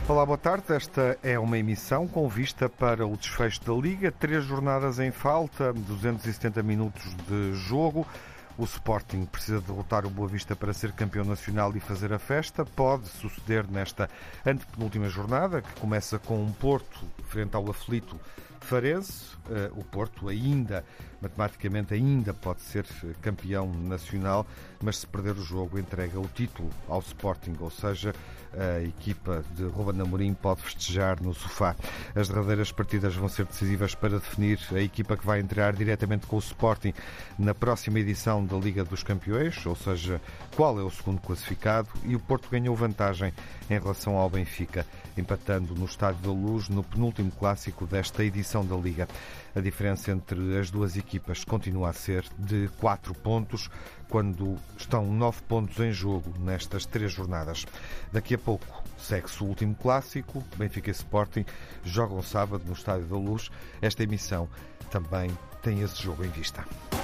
Olá, boa tarde. Esta é uma emissão com vista para o desfecho da Liga. 3 jornadas em falta, 270 minutos de jogo. O Sporting precisa derrotar o Boa Vista para ser campeão nacional e fazer a festa. Pode suceder nesta antepenúltima jornada, que começa com um Porto frente ao aflito Farense. O Porto matematicamente ainda pode ser campeão nacional, mas se perder o jogo entrega o título ao Sporting, ou seja, a equipa de Ruben Amorim pode festejar no sofá. As derradeiras partidas vão ser decisivas para definir a equipa que vai entrar diretamente com o Sporting na próxima edição da Liga dos Campeões, ou seja, qual é o segundo classificado, e o Porto ganhou vantagem em relação ao Benfica, empatando no Estádio da Luz no penúltimo clássico desta edição da Liga. A diferença entre as duas equipas continua a ser de 4 pontos, quando estão 9 pontos em jogo nestas 3 jornadas. Daqui a pouco segue-se o último clássico. Benfica e Sporting jogam sábado no Estádio da Luz. Esta emissão também tem esse jogo em vista.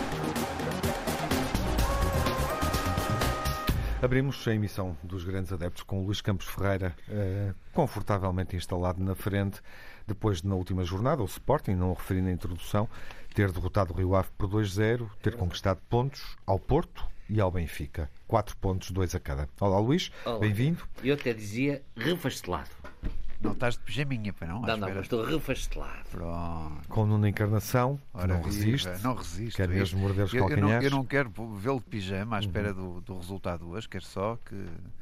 Abrimos a emissão dos Grandes Adeptos com o Luís Campos Ferreira confortavelmente instalado na frente, depois de, na última jornada, o Sporting, não o referi na introdução, ter derrotado o Rio Ave por 2-0, ter conquistado pontos ao Porto e ao Benfica. 4 pontos, 2 a cada. Olá, Luís, bem-vindo. Eu até dizia refastelado. Não estás de pijaminha, para não? Não, mas estou refastelado. Pronto. Com Nuno Encarnação, Ora, não resiste. Não resisto. Quer mesmo morder os calcanhares. Eu não quero vê-lo de pijama à espera do resultado hoje, quero só que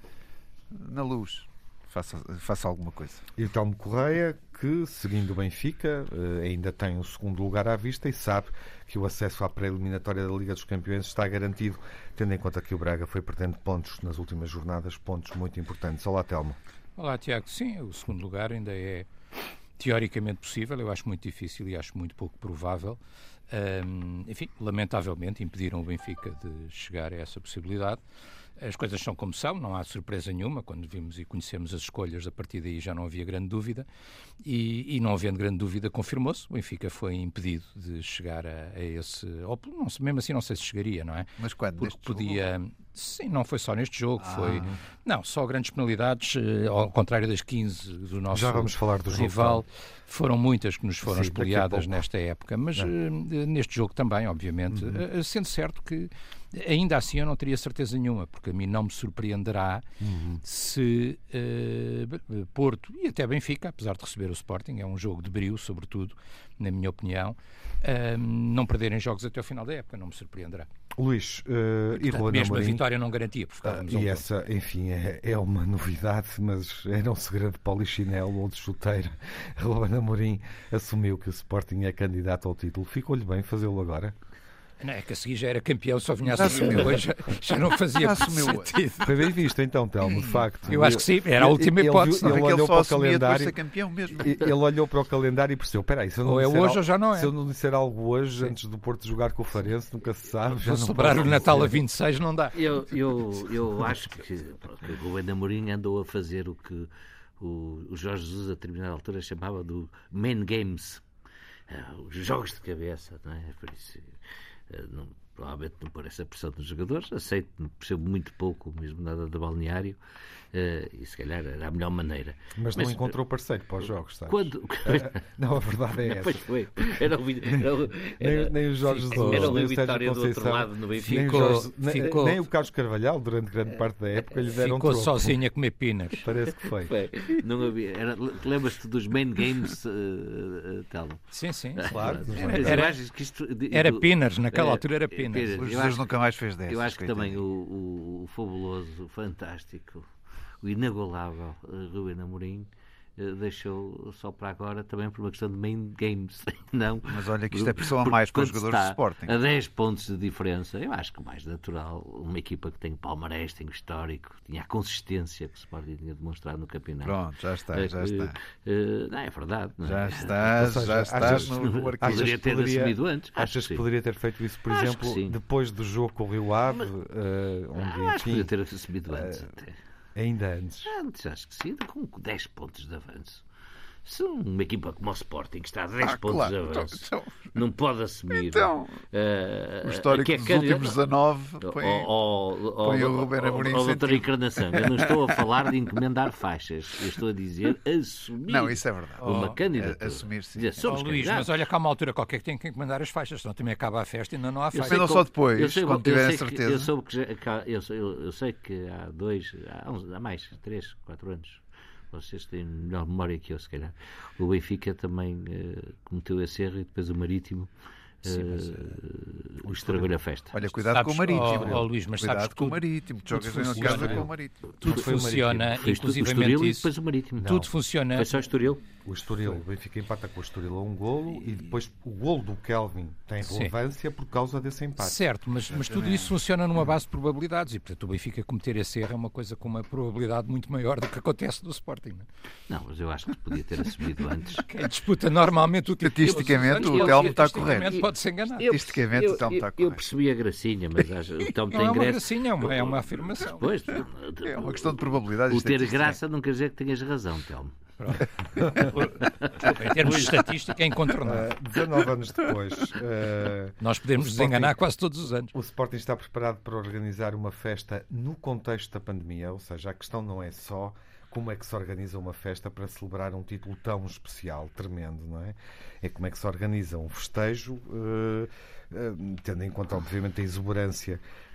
na luz faça alguma coisa. E o Telmo Correia, que, seguindo o Benfica, ainda tem o segundo lugar à vista e sabe que o acesso à pré-eliminatória da Liga dos Campeões está garantido, tendo em conta que o Braga foi perdendo pontos nas últimas jornadas, pontos muito importantes. Olá, Telmo. Olá, Tiago. Sim, o segundo lugar ainda é teoricamente possível, eu acho muito difícil e acho muito pouco provável. Enfim, lamentavelmente impediram o Benfica de chegar a essa possibilidade. As coisas são como são, não há surpresa nenhuma. Quando vimos e conhecemos as escolhas, a partir daí já não havia grande dúvida. E não havendo grande dúvida, confirmou-se. O Benfica foi impedido de chegar a esse... Ou, não, mesmo assim não sei se chegaria, não é? Mas quando? Porque podia... Jogo? Sim, não foi só neste jogo. Foi... Não, só grandes penalidades, ao contrário das 15 do nosso já vamos falar do rival. Foram muitas que nos foram espoliadas nesta época. Mas neste jogo também, obviamente. Sendo certo que ainda assim eu não teria certeza nenhuma, porque a mim não me surpreenderá se Porto e até Benfica, apesar de receber o Sporting, é um jogo de brio, sobretudo, na minha opinião, não perderem jogos até ao final da época, não me surpreenderá. Luís, e Ruben mesmo Amorim, a vitória não garantia, porque estávamos e essa, enfim, é uma novidade, mas era um segredo de polichinelo ou de chuteira. Ruben Amorim assumiu que o Sporting é candidato ao título. Ficou-lhe bem fazê-lo agora? Não, é que a seguir já era campeão, só vinha a assumir hoje, já não fazia sentido. Foi bem visto então, Telmo, de facto. Eu acho que sim, era a última hipótese. Ele olhou para o calendário, ser campeão mesmo. Ele olhou para o calendário e percebeu, espera aí, se eu não ou é hoje ou já não é. Se eu não disser algo hoje, antes do Porto jogar com o Farense, nunca se sabe. Vou celebrar o Natal a 26, não dá. Eu acho que o Ruben Amorim andou a fazer o que o Jorge Jesus, a determinada altura, chamava do main games. Os jogos de cabeça, não é? Por isso... provavelmente não por essa pressão dos jogadores, aceito, percebo muito pouco, mesmo nada do balneário, e se calhar era a melhor maneira. Mas não encontrou parceiro para os jogos, sabes? Quando... Não, a verdade é essa. Pois foi. Nem o Jorge Jesus, era nem a o vitória Sérgio do outro Conceição, lado no Benfica. nem o Carlos Carvalhal, durante grande parte da época, lhe deram ficou troco. sozinho a comer pinas. Parece que foi. Não havia. Lembras-te dos main games, Telmo? Sim, claro. Era pinas, naquela altura era pinas. O Jesus nunca mais fez dessas. Eu acho que também o fabuloso, o fantástico, o inigualável Ruben Amorim deixou só para agora também por uma questão de main games. Não, mas olha que isto é pressão a mais para os jogadores do Sporting. A 10 pontos de diferença, eu acho que o mais natural, uma equipa que tem palmarés, tem histórico, tinha a consistência que o Sporting tinha demonstrado no campeonato. Pronto, já está. Não, é verdade. Não é? Já estás no arquivo. Poderia ter assumido antes. Achas que poderia ter feito isso, por exemplo, depois do jogo com o Rio Ave? Acho que poderia ter assumido antes até. Ainda antes? Antes, acho que sim, com 10 pontos de avanço. Se uma equipa como o Sporting, que está a 10 pontos de avanço, Então, não pode assumir o histórico que é dos últimos 19 põe o Ruben Amorim ao doutor Encarnação. Eu não estou a falar de encomendar faixas, eu estou a dizer assumir. Não, isso é verdade. Uma candidatura. Assumir, sim. Dizer, somos Luís, candidatos. mas olha que há uma altura qualquer que tem que encomendar as faixas, senão também acaba a festa e ainda não há Eu faixas. sei Não que- só depois, eu sei- quando tiver eu a sei certeza. Eu sei que há mais, 3, 4 anos. Vocês têm melhor memória que eu, se calhar. O Benfica também cometeu esse erro e depois o Marítimo estragou-lhe a festa. Olha, cuidado Sabes, com o Marítimo. Luís, mas sabes Cuidado que com o tudo- Marítimo. Tu jogas em funciona. casa com o Marítimo. tudo foi o funciona, Marítimo. Foi o inclusivamente Estoril e isso. depois o Marítimo. Tudo funciona. Foi só o Estoril. O Estoril, o Benfica empata com o Estoril a um golo e depois o golo do Kelvin tem Sim. relevância por causa desse empate. Certo, mas tudo isso funciona numa base de probabilidades e, portanto, o Benfica cometer esse erro é uma coisa com uma probabilidade muito maior do que acontece no Sporting. Não é? Não, mas eu acho que podia ter assumido antes. Quem disputa normalmente o título Estatisticamente, todos os o anos, Telmo está estatisticamente correto. pode-se enganar. Estatisticamente, o Telmo está eu correto. percebi a gracinha, mas o Telmo Não tem é uma graça. gracinha, é uma afirmação. Pois, É uma questão de probabilidade. o ter estatística. graça não quer dizer que tenhas razão, Telmo. Em termos de estatística é incontornável. 19 anos depois, Nós podemos o nos Sporting- enganar quase todos os anos. o Sporting está preparado para organizar uma festa no contexto da pandemia, ou seja, a questão não é só como é que se organiza uma festa para celebrar um título tão especial, tremendo, não é? É como é que se organiza um festejo, tendo em conta, obviamente, a exuberância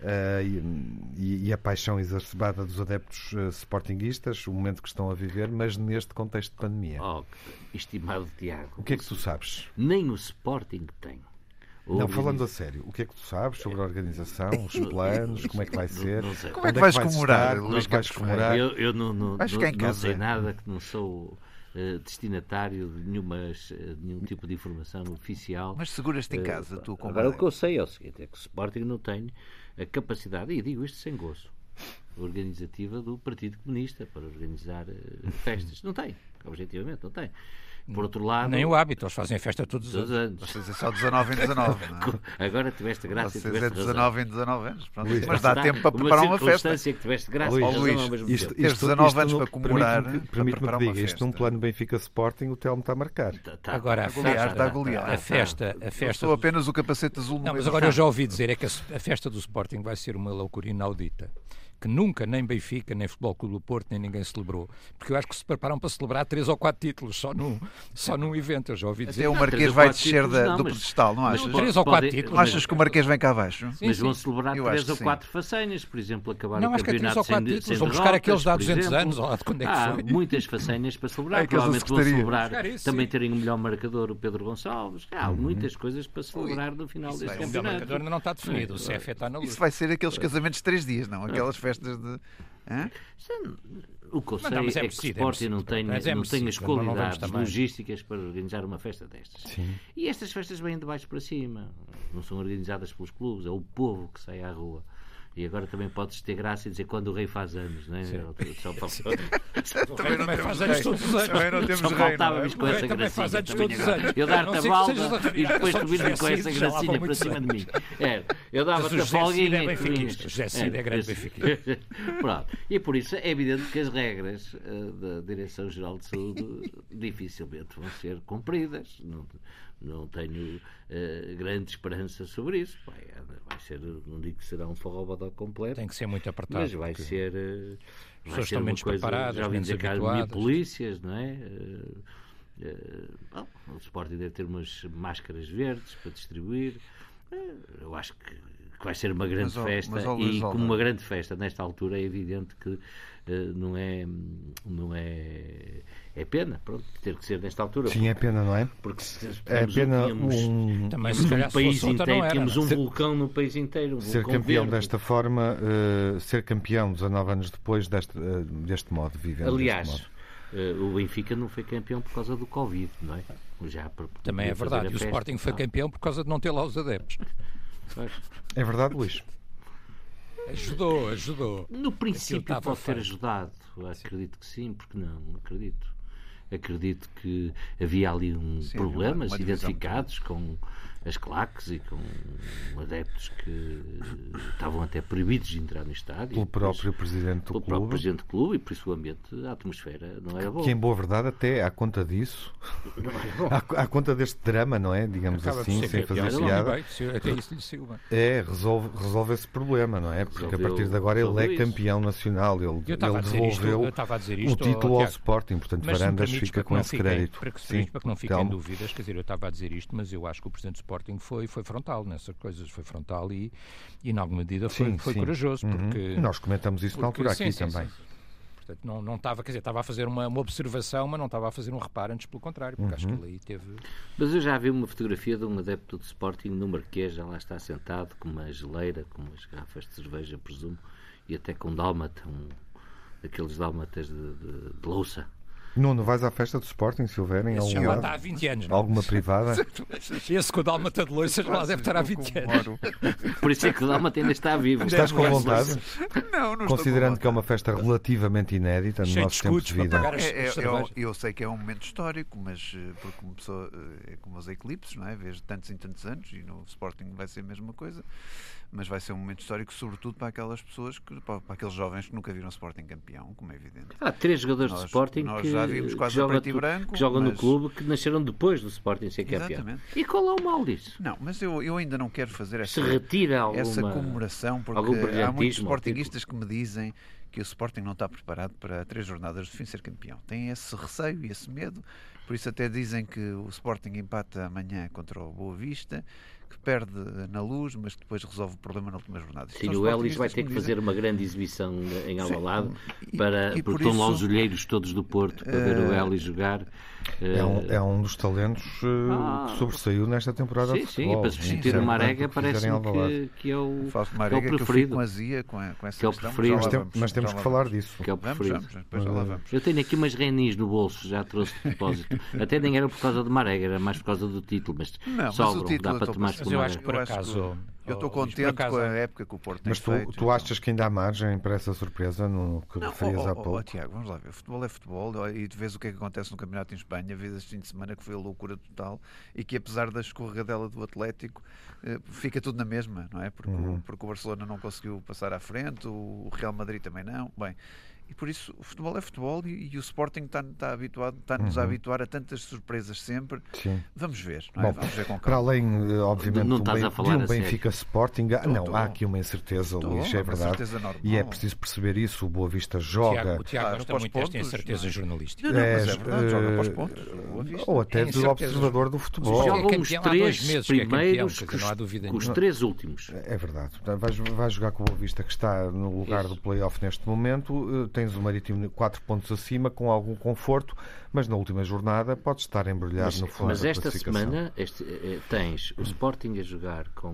e a paixão exacerbada dos adeptos sportinguistas, o momento que estão a viver, mas neste contexto de pandemia. Oh, estimado Tiago, O que é que tu sabes? nem o Sporting tem. Não, falando a sério, o que é que tu sabes sobre a organização, os planos, como é que vai ser? Não sei. Como é que Onde vais vais comemorar, estar? Como é Luís que vais Campos Ferreira? comemorar? Eu não Vais ficar em não casa. sei nada, que não sou destinatário de nenhum tipo de informação oficial. Mas seguras-te em casa, tu como Agora, o que eu sei é o seguinte: é que o Sporting não tem a capacidade, e digo isto sem gozo, organizativa do Partido Comunista para organizar festas. Não tem, objetivamente, não tem. Por outro lado, Nem o hábito, eles fazem a festa todos os todos anos. anos. Vocês é só 19 em 19, não é? Agora tiveste graça e Vocês tiveste é razão. 19 em 19 anos. Pronto. Luís, Mas dá Está tempo para preparar uma festa. circunstância que tiveste graça Luís, e razão Luís, ao mesmo Isto, tempo. Teres 19 anos no- para comemorar, permite-me para permite-me preparar que uma diga, isto num festa. plano Benfica Sporting, o Telmo está a marcar. Agora, Está a golear. a festa Sou apenas o capacete azul no Não, meio mas do agora eu campo. já ouvi dizer é que a festa do Sporting vai ser uma loucura inaudita. Que nunca, nem Benfica, nem Futebol Clube do Porto, nem ninguém celebrou. Porque eu acho que se preparam para celebrar 3 ou 4 títulos só num evento. Eu já ouvi dizer. Até o Não, Marquês 3 ou vai 4 descer títulos, não, do mas- pedestal, não mas achas? pode- 3 ou 4 pode- títulos. Não achas que o Marquês vem cá abaixo? Sim, Mas sim. vão celebrar Eu acho 3 que ou sim. 4 façanhas, por exemplo, acabar Não, o acho que é 3 campeonato ou 4 sem títulos. Vão buscar derrotas, aqueles de há por 200 exemplo. anos. Ou lá de quando é que Há foi. muitas façanhas para celebrar. aqueles da Provavelmente vão secretaria. celebrar Buscar isso, também sim. terem o melhor marcador, o Pedro Gonçalves. Há muitas coisas para celebrar no final deste O melhor campeonato. marcador ainda não está definido. O CF está na luz. Isso vai ser aqueles casamentos de 3 dias, não? Aquelas festas de... Hã? O que eu sei Mas não, mas é é que o merecido, é Sporting merecido. não tem Mas é as merecido, não vamos qualidades também. logísticas para organizar uma festa destas. Sim. E estas festas vêm de baixo para cima. Não são organizadas pelos clubes, é o povo que sai à rua. E agora também podes ter graça e dizer quando o rei faz anos, não é? Só Também faz anos todos os anos. Também não temos Só rei, não é? faltava-me com O rei essa também faz gracinha. anos também todos os agora. anos. Eu dar-te Não a sei que sejas balda a referir e à depois questão tu do vires José com essa Cid, já lá vão gracinha para muitos cima de anos. mim. Eu dava-te Mas o a José Cid folguinha. é e tu benfiquista. ias. O José Cid é grande benfiquista. Pronto. E por isso é evidente que as regras da Direção-Geral de Saúde dificilmente vão ser cumpridas. Não tenho grande esperança sobre isso. Vai ser, não digo que será um forró-bodó completo, Tem que ser muito apertado. mas vai porque ser, vai pessoas ser estão uma menos coisa. preparadas, Já ouvi menos dizer que há habituadas. polícias, não é? Bom, o Sporting deve ter umas máscaras verdes para distribuir. Eu acho que vai ser uma grande Mas, festa mas, ó, e Luís como Alves. uma grande festa nesta altura é evidente que não é pena, pronto, ter que ser nesta altura. Sim, é pena, não é? Porque se É pena tínhamos também se um calhar se país fosse outra inteiro, não era. tínhamos não um é? vulcão no país inteiro, um ser vulcão campeão verde. desta forma, ser campeão 19 anos depois deste modo, vivendo Aliás, deste o Benfica não foi campeão por causa do Covid, não é? Já Também é podia fazer verdade. a E o festa, Sporting foi não. campeão por causa de não ter lá os adeptos. Pois. modo. É verdade, Luís? Ajudou. No princípio estava pode ter feito. ajudado. Eu acredito que sim, porque não acredito. acredito que havia ali problemas uma divisão identificados com as claques e com adeptos que estavam até proibidos de entrar no estádio. Pelo próprio presidente do Pelo clube. próprio presidente do clube e principalmente a atmosfera não era boa. Que em boa verdade até à conta disso, à conta deste drama, não é? Digamos Acaba por assim, ser sem campeão. fazer Olha, piada. bem, até isso lhe saiu bem. Resolve esse problema, não é? Porque a Resolveu- partir de agora ele é resolveu isso. campeão nacional, ele Eu estava a dizer isto, devolveu eu estava a dizer o isto título ao Tiago, Sporting, portanto mas se me Varandas permites, fica para que com não esse fiquem- crédito. Para que, Sim, para que não fiquem Telmo. dúvidas, quer dizer, eu estava a dizer isto, mas eu acho que o Presidente do Sporting foi frontal nessas coisas, foi frontal e em alguma medida foi Sim. corajoso, porque... Nós comentamos isso na altura aqui sim, também. sim. Portanto, não estava, quer dizer, estava a fazer uma observação, mas não estava a fazer um reparo, antes pelo contrário, porque acho que ele aí teve... Mas eu já vi uma fotografia de um adepto do Sporting no Marquês, já lá está sentado, com uma geleira, com umas garrafas de cerveja, presumo, e até com dálmata, aqueles dálmatas de louça. Nuno, vais à festa do Sporting, se houver, em Esse já algum lá lado? está há 20 anos, não é? Alguma privada? Esse com o dálmata de loiça já lá deve estar há 20 anos. Por isso é que o dálmata ainda está vivo. Estás com vontade? Não Considerando estou que é uma festa relativamente inédita no Cheio de nosso tempo de escudos para vida. pagar as cervejas. Eu sei que é um momento histórico, mas porque começou como os eclipses, não é? Vês de tantos em tantos anos, e no Sporting vai ser a mesma coisa, mas vai ser um momento histórico, sobretudo para aquelas pessoas, para aqueles jovens que nunca viram o Sporting campeão, como é evidente. Há 3 jogadores do Sporting nós já vimos que quase a preto e branco, que jogam no mas- clube, que nasceram depois do Sporting ser campeão. Exatamente. E qual é o mal disso? Não, mas eu ainda não quero fazer Se retira essa alguma... comemoração, algum porque há muitos brilhantismo, sportinguistas que me dizem que o Sporting não está preparado para 3 jornadas de fim ser campeão. Têm esse receio e esse medo, por isso até dizem que o Sporting empata amanhã contra o Boa Vista, que perde na Luz, mas que depois resolve o problema na última jornada. Sim, o Ellis vai ter que fazer uma grande exibição em Alvalade, porque por estão lá isso- os olheiros todos do Porto para ver o Ellis jogar. É um dos talentos que sobressaiu nesta temporada Sim, de sim, futebol. e para substituir Sim, o Marega portanto, o que fizerem em parece-me Alvalade. que é o, Falo de que é o Marega, que eu fico preferido. com azia com essa Que é o questão, preferido. já lá Mas temos já que lá falar vamos. disso. Que é o Vamos, preferido. depois já lá vamos. Eu tenho aqui umas reinis no bolso, já trouxe de propósito. Até nem era por causa de Marega, era mais por causa do título, mas Não, mas o sobram, título dá eu para estou tomar com- Mas eu acho que por Eu acho acaso... Eu estou Luís, por contente acaso, com a época que o Porto tem Mas feito. tu achas que ainda há margem para essa surpresa no que referias há pouco? Tiago, vamos lá ver. Futebol é futebol e tu vês o que é que acontece no campeonato em Espanha, vês este fim de semana que foi a loucura total e que apesar da escorregadela do Atlético fica tudo na mesma, não é? Porque o Barcelona não conseguiu passar à frente, o Real Madrid também não. Bem, e por isso o futebol é futebol e o Sporting está-nos a habituar a tantas surpresas sempre. Sim. Vamos ver, não é? Bom, Vamos ver com para calma. além, obviamente, Não estás a falar de um a sério. Benfica Sporting, há aqui uma incerteza, Luís, é uma verdade. certeza normal. E é preciso perceber isso. O Boa Vista joga. O Tiago Claro, gosta para os muito desta pontos, incerteza não é? jornalística. Não, mas é É, verdade, joga para os pontos. Boa Vista. Ou até É de incerteza. observador do futebol. Já jogam os campeão há 2 três meses que é campeão, primeiros quer dizer, não há dúvida com os nenhuma. 3 últimos. É verdade. Vai jogar com o Boa Vista, que está no lugar Isso. do play-off neste momento. Tens o Marítimo 4 pontos acima, com algum conforto, mas na última jornada pode estar embrulhado no fundo Mas da esta classificação. semana tens o Sporting a jogar com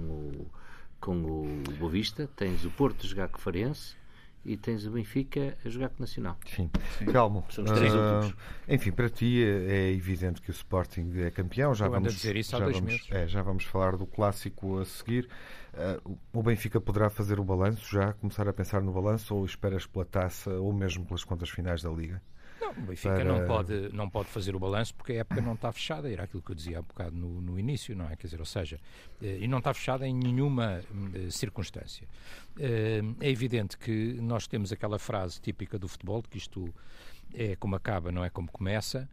o Boa Vista, tens o Porto a jogar com o Farense e tens o Benfica a jogar com o Nacional. Sim. Calmo. São os 3 últimos. Enfim, para ti é evidente que o Sporting é campeão. Já Eu ando a vamos dizer isso há já 2 vamos, meses. já vamos falar do clássico a seguir. O Benfica poderá fazer o balanço já, começar a pensar no balanço, ou esperas pela taça ou mesmo pelas contas finais da Liga? Não, o Benfica não pode fazer o balanço porque a época não está fechada, era aquilo que eu dizia há bocado no início, não é? Quer dizer, ou seja, e não está fechada em nenhuma circunstância. É evidente que nós temos aquela frase típica do futebol, de que isto é como acaba, não é como começa,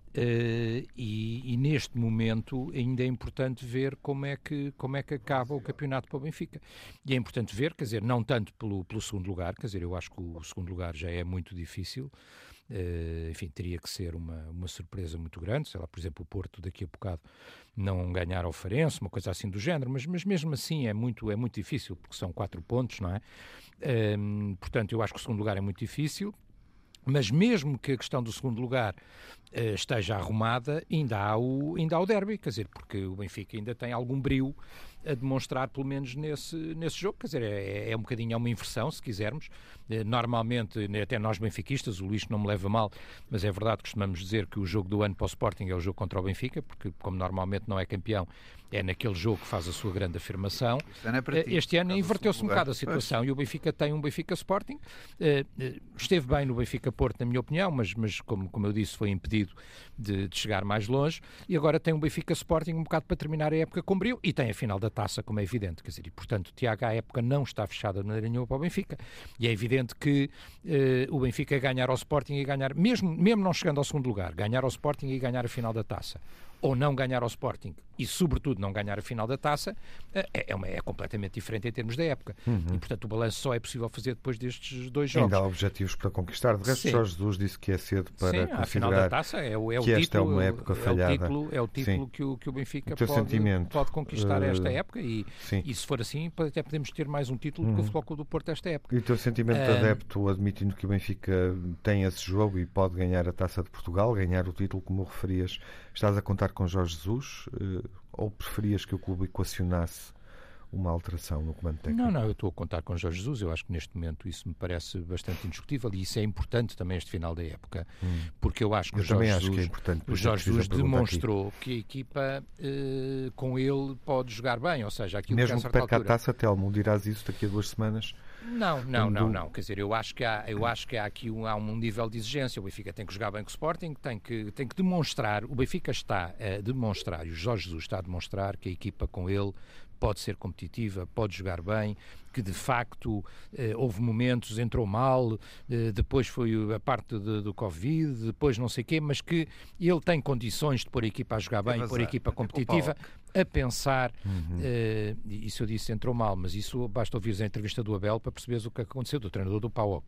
e neste momento ainda é importante ver como é que acaba o campeonato para o Benfica. E é importante ver, quer dizer, não tanto pelo segundo lugar, quer dizer, eu acho que o segundo lugar já é muito difícil. Enfim, teria que ser uma surpresa muito grande, sei lá, por exemplo, o Porto daqui a bocado não ganhar ao Farense, uma coisa assim do género, mas mesmo assim é muito difícil, porque são 4 pontos, não é? Portanto, eu acho que o segundo lugar é muito difícil, mas mesmo que a questão do segundo lugar esteja arrumada, ainda há o derby, quer dizer, porque o Benfica ainda tem algum brio a demonstrar, pelo menos nesse jogo, quer dizer, é um bocadinho, é uma inversão, se quisermos. Normalmente, até nós benfiquistas, o Luís não me leva mal, mas é verdade que costumamos dizer que o jogo do ano para o Sporting é o jogo contra o Benfica, porque como normalmente não é campeão, é naquele jogo que faz a sua grande afirmação. Este ano inverteu-se um bocado a situação e o Benfica tem um Benfica Sporting. Esteve bem no Benfica Porto, na minha opinião, mas como eu disse, foi impedido impedido de chegar mais longe, e agora tem um Benfica Sporting um bocado para terminar a época com brio, e tem a final da Taça, como é evidente, quer dizer, e portanto, Tiago, a época não está fechada de maneira nenhuma para o Benfica, e é evidente que o Benfica ganhar ao Sporting e ganhar, mesmo não chegando ao segundo lugar, ganhar ao Sporting e ganhar a final da Taça, ou não ganhar ao Sporting e, sobretudo, não ganhar a final da Taça, é completamente diferente em termos da época. E, portanto, o balanço só é possível fazer depois destes 2 jogos. Ainda há objetivos para conquistar. De resto, Jorge Jesus disse que é cedo para considerar a final da Taça que esta é uma época falhada. É o título que o Benfica pode conquistar esta época e se for assim, até podemos ter mais um título do que o Futebol Clube do Porto esta época. E o teu sentimento de adepto, admitindo que o Benfica tem esse jogo e pode ganhar a Taça de Portugal, ganhar o título, como referias, estás a contar com Jorge Jesus ou preferias que o clube equacionasse uma alteração no comando técnico? Não, eu estou a contar com Jorge Jesus. Eu acho que neste momento isso me parece bastante indiscutível e isso é importante também este final da época, porque eu acho que o Jorge Jesus demonstrou que a equipa com ele pode jogar bem, ou seja, aquilo mesmo que a certa perca altura... a Taça, Telmo, dirás isso daqui a 2 semanas? Não. Quer dizer, eu acho que há aqui um nível de exigência. O Benfica tem que jogar bem com o Sporting, tem que demonstrar. O Benfica está a demonstrar, e o Jorge Jesus está a demonstrar que a equipa com ele pode ser competitiva, pode jogar bem, que de facto houve momentos, entrou mal, depois foi a parte do Covid, depois não sei o quê, mas que ele tem condições de pôr a equipa a jogar bem, pôr a equipa competitiva, a pensar, isso eu disse entrou mal, mas isso basta ouvires a entrevista do Abel para perceberes o que aconteceu, do treinador do PAOK.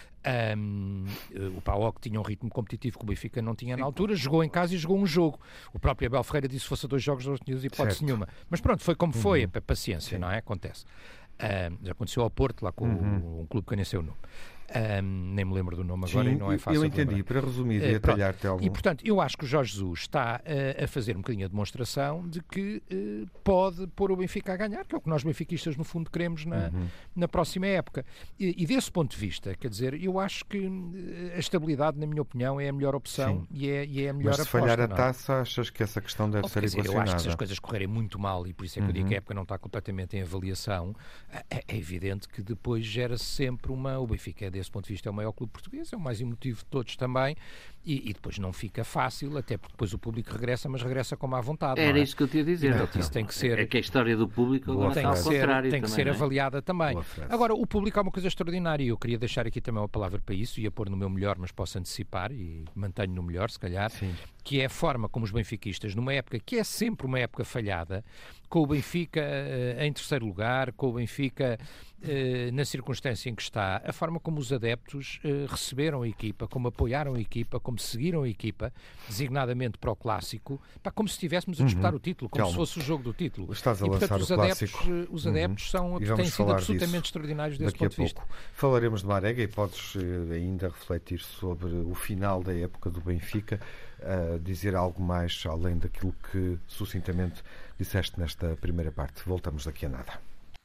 O PAOK tinha um ritmo competitivo que o Benfica não tinha na altura, jogou em casa e jogou um jogo. O próprio Abel Ferreira disse que se fosse 2 jogos não tinha hipótese nenhuma. Mas pronto, foi como foi, paciência, não é? Acontece. Já aconteceu ao Porto, lá com um clube que eu nem sei o nome. Nem me lembro do nome agora. Sim, e não é fácil. Eu entendi, para resumir e atalhar-te algum. E portanto, eu acho que o Jorge Jesus está a fazer um bocadinho a demonstração de que pode pôr o Benfica a ganhar, que é o que nós benfiquistas no fundo queremos na próxima época. E desse ponto de vista, quer dizer, eu acho que a estabilidade, na minha opinião, é a melhor opção e é a melhor aposta. Mas se falhar a Taça, achas que essa questão deve ser equacionada? Eu acho que se as coisas correrem muito mal, e por isso é que eu digo que a época não está completamente em avaliação, é evidente que depois gera-se sempre o Benfica, desse ponto de vista, é o maior clube português, é o mais emotivo de todos também, e depois não fica fácil, até porque depois o público regressa, mas regressa como à vontade. Era isso que eu te ia dizer. Portanto, isso tem que ser... É que a história do público agora está ao contrário. Tem que ser avaliada também. Agora, o público é uma coisa extraordinária, e eu queria deixar aqui também uma palavra para isso, ia pôr no meu melhor, mas posso antecipar, e mantenho no melhor, se calhar, que é a forma como os benfiquistas, numa época que é sempre uma época falhada, com o Benfica em terceiro lugar, com o Benfica na circunstância em que está, a forma como os adeptos receberam a equipa, como apoiaram a equipa, como seguiram a equipa, designadamente para o Clássico, como se estivéssemos a disputar o título, como se fosse o jogo do título. Estás a lançar o Clássico. Os adeptos têm sido absolutamente extraordinários desse ponto de vista. Falaremos de Marega e podes ainda refletir sobre o final da época do Benfica, dizer algo mais além daquilo que sucintamente disseste nesta primeira parte. Voltamos daqui a nada.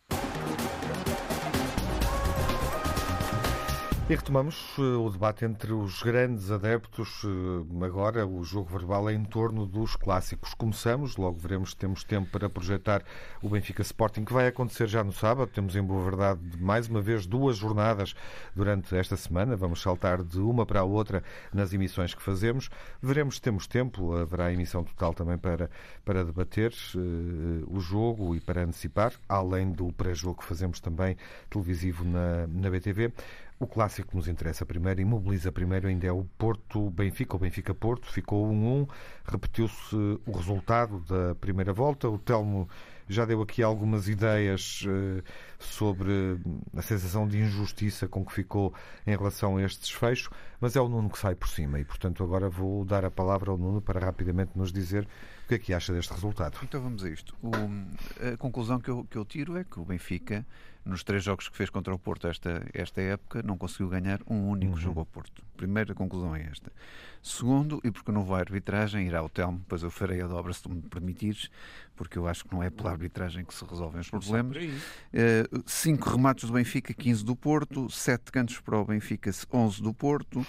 E retomamos o debate entre os grandes adeptos. Agora o jogo verbal é em torno dos clássicos. Começamos, logo veremos se temos tempo para projetar o Benfica Sporting, que vai acontecer já no sábado. Temos em boa verdade mais uma vez 2 jornadas durante esta semana. Vamos saltar de uma para a outra nas emissões que fazemos. Veremos se temos tempo. Haverá emissão total também para debater o jogo e para antecipar, além do pré-jogo que fazemos também televisivo na BTV. O clássico que nos interessa primeiro e mobiliza primeiro ainda é o Porto-Benfica, o Benfica-Porto. Ficou 1-1, repetiu-se o resultado da primeira volta. O Telmo já deu aqui algumas ideias sobre a sensação de injustiça com que ficou em relação a este desfecho, mas é o Nuno que sai por cima e, portanto, agora vou dar a palavra ao Nuno para rapidamente nos dizer o que é que acha deste resultado. Então vamos a isto. A conclusão que eu tiro é que o Benfica, nos 3 jogos que fez contra o Porto esta época, não conseguiu ganhar um único jogo ao Porto. Primeira conclusão é esta. Segundo, e porque não vai a arbitragem, irá ao Telmo, depois eu farei a dobra se tu me permitires, porque eu acho que não é pela arbitragem que se resolvem os problemas. 5 remates do Benfica, 15 do Porto, 7 cantos para o Benfica, 11 do Porto,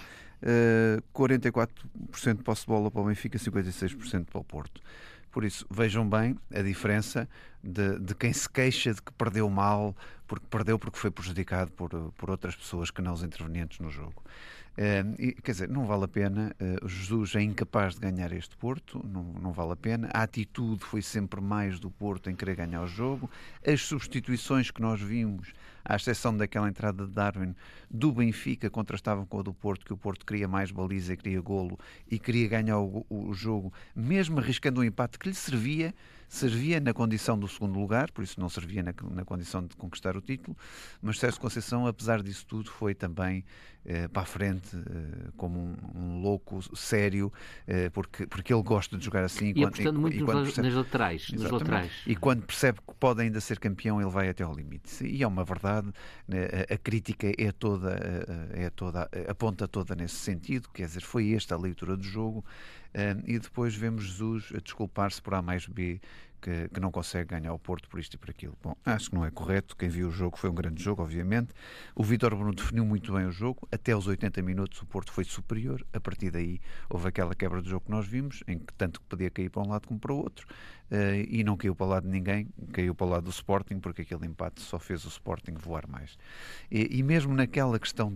44% de posse de bola para o Benfica, 56% para o Porto. Por isso, vejam bem a diferença de quem se queixa de que perdeu mal, porque foi prejudicado por outras pessoas que não os intervenientes no jogo. Quer dizer, não vale a pena. O Jesus é incapaz de ganhar este Porto, não vale a pena. A atitude foi sempre mais do Porto em querer ganhar o jogo. As substituições que nós vimos, à exceção daquela entrada de Darwin, do Benfica, contrastavam com a do Porto, que o Porto queria mais baliza, queria golo e queria ganhar o jogo, mesmo arriscando um empate que lhe servia na condição do segundo lugar, por isso não servia na condição de conquistar o título, mas Sérgio Conceição, apesar disso tudo, foi também para a frente como um louco sério, porque ele gosta de jogar assim. E apostando muito nas laterais. E quando percebe que pode ainda ser campeão, ele vai até ao limite. E é uma verdade, a crítica aponta toda nesse sentido, quer dizer, foi esta a leitura do jogo. E depois vemos Jesus a desculpar-se por A mais B, que não consegue ganhar o Porto por isto e por aquilo. Bom, acho que não é correto. Quem viu o jogo foi um grande jogo, obviamente. O Vítor Bruno definiu muito bem o jogo. Até aos 80 minutos o Porto foi superior. A partir daí houve aquela quebra do jogo que nós vimos, em que tanto que podia cair para um lado como para o outro. E não caiu para o lado de ninguém, caiu para o lado do Sporting, porque aquele empate só fez o Sporting voar mais. E mesmo naquela questão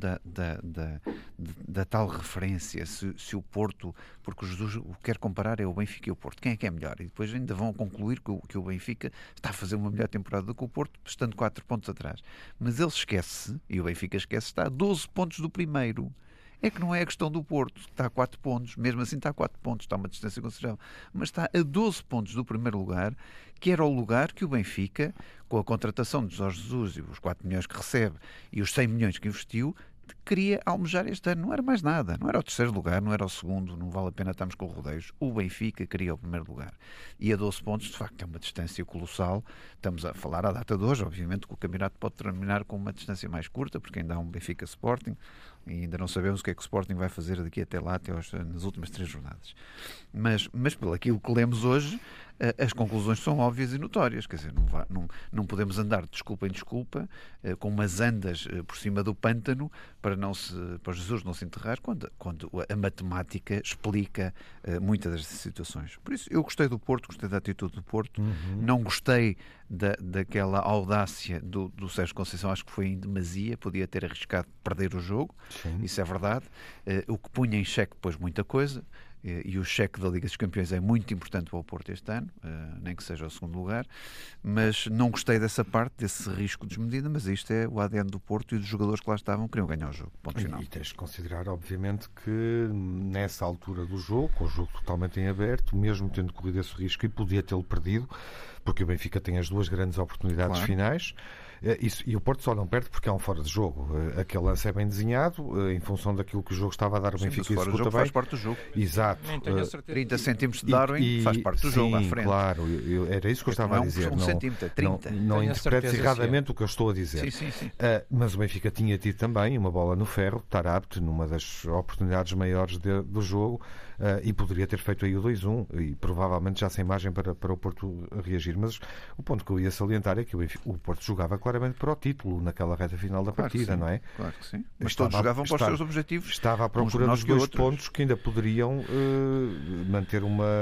da tal referência, se o Porto, porque o Jesus o que quer comparar é o Benfica e o Porto, quem é que é melhor? E depois ainda vão concluir que o Benfica está a fazer uma melhor temporada do que o Porto, estando 4 pontos atrás. Mas ele esquece, e o Benfica esquece, está a 12 pontos do primeiro. É que não é a questão do Porto, que está a 4 pontos, mesmo assim está a 4 pontos, está a uma distância considerável, mas está a 12 pontos do primeiro lugar, que era o lugar que o Benfica, com a contratação de Jorge Jesus e os 4 milhões que recebe e os 100 milhões que investiu, queria almejar este ano. Não era mais nada, não era o terceiro lugar, não era o segundo, não vale a pena estarmos com rodeios. O Benfica queria o primeiro lugar e a 12 pontos de facto é uma distância colossal. Estamos a falar à data de hoje, obviamente que o campeonato pode terminar com uma distância mais curta, porque ainda há um Benfica Sporting e ainda não sabemos o que é que o Sporting vai fazer daqui até lá, nas últimas 3 jornadas, mas pelo aquilo que lemos hoje, as conclusões são óbvias e notórias. Quer dizer, não podemos andar de desculpa em desculpa com umas andas por cima do pântano para Jesus não se enterrar, quando a matemática explica muitas das situações. Por isso eu gostei do Porto, gostei da atitude do Porto, não gostei daquela audácia do Sérgio Conceição. Acho que foi em demasia, podia ter arriscado perder o jogo. Sim. Isso é verdade, o que punha em xeque depois muita coisa. E o cheque da Liga dos Campeões é muito importante para o Porto este ano, nem que seja o segundo lugar, mas não gostei dessa parte, desse risco desmedido, mas isto é o ADN do Porto e dos jogadores que lá estavam queriam ganhar o jogo, ponto final. E tens de considerar, obviamente, que nessa altura do jogo, com o jogo totalmente em aberto, mesmo tendo corrido esse risco e podia tê-lo perdido, porque o Benfica tem as 2 grandes oportunidades finais, e o Porto só não perde porque é um fora de jogo. Aquele lance é bem desenhado, em função daquilo que o jogo estava a dar. O Benfica executa bem. Faz parte do jogo. Exato. 30 centímetros de Darwin faz parte do jogo à frente. Claro, era isso que eu estava a dizer. Não interpretes erradamente o que eu estou a dizer. Sim. Mas o Benfica tinha tido também uma bola no ferro, Tarapte, numa das oportunidades maiores do jogo, e poderia ter feito aí o 2-1 e provavelmente já sem margem para o Porto reagir. Mas o ponto que eu ia salientar é que o Porto jogava claramente para o título naquela reta final da partida, não é? Claro que sim. Mas todos jogavam para os seus objetivos. Estava à procura dos 2 pontos que ainda poderiam manter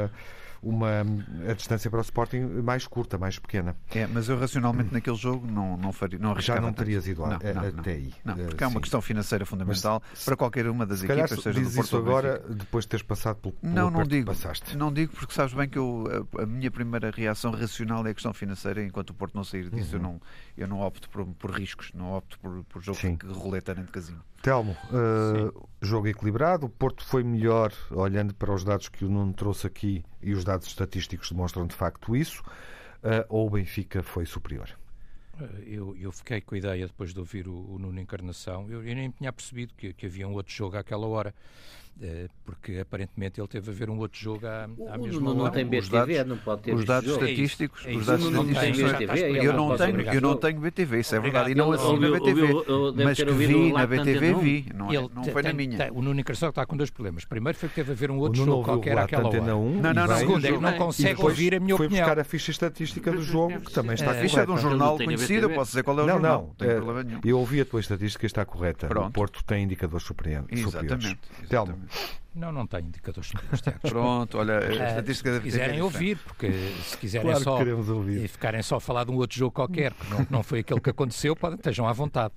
a distância para o Sporting mais curta, mais pequena. Mas eu racionalmente naquele jogo não arriscava. Já não terias ido até aí. Não, porque é uma questão financeira fundamental para qualquer uma das equipas, seja do Porto isso agora, depois de teres passado pelo que passaste. Não digo, porque sabes bem que a minha primeira reação racional é a questão financeira. Enquanto o Porto não sair disso, eu não opto por riscos, não opto por jogo de roleta nem de casino. Telmo, jogo equilibrado, o Porto foi melhor, olhando para os dados que o Nuno trouxe aqui, e os dados estatísticos demonstram de facto isso, ou o Benfica foi superior? Eu fiquei com a ideia, depois de ouvir o Nuno Encarnação, eu nem tinha percebido que havia um outro jogo àquela hora, porque aparentemente ele teve a ver um outro jogo à mesma hora. Não tem BTV, não pode ter os dados estatísticos. Eu não tenho BTV, isso é verdade, e não assisto na BTV, mas que vi na BTV, vi, não foi na minha. O Nuno Encarnação está com 2 problemas. Primeiro foi que teve a ver um outro jogo qualquer àquela hora. Não. Segundo, é que não consegue ouvir a minha opinião. Foi buscar a ficha estatística do jogo, que também está correta. A ficha de um jornal conhecido, eu posso dizer qual é o jornal. Não tem problema nenhum. Eu ouvi a tua estatística, está correta. O Porto tem indicadores superiores. Exatamente. Telmo, Não tenho indicadores estudados, Tiago. Pronto, olha, a estatística deve ter. Se quiserem ouvir, porque se quiserem Claro que só queremos ouvir. e ficarem só a falar de um outro jogo qualquer, que não foi aquele que aconteceu, estejam à vontade.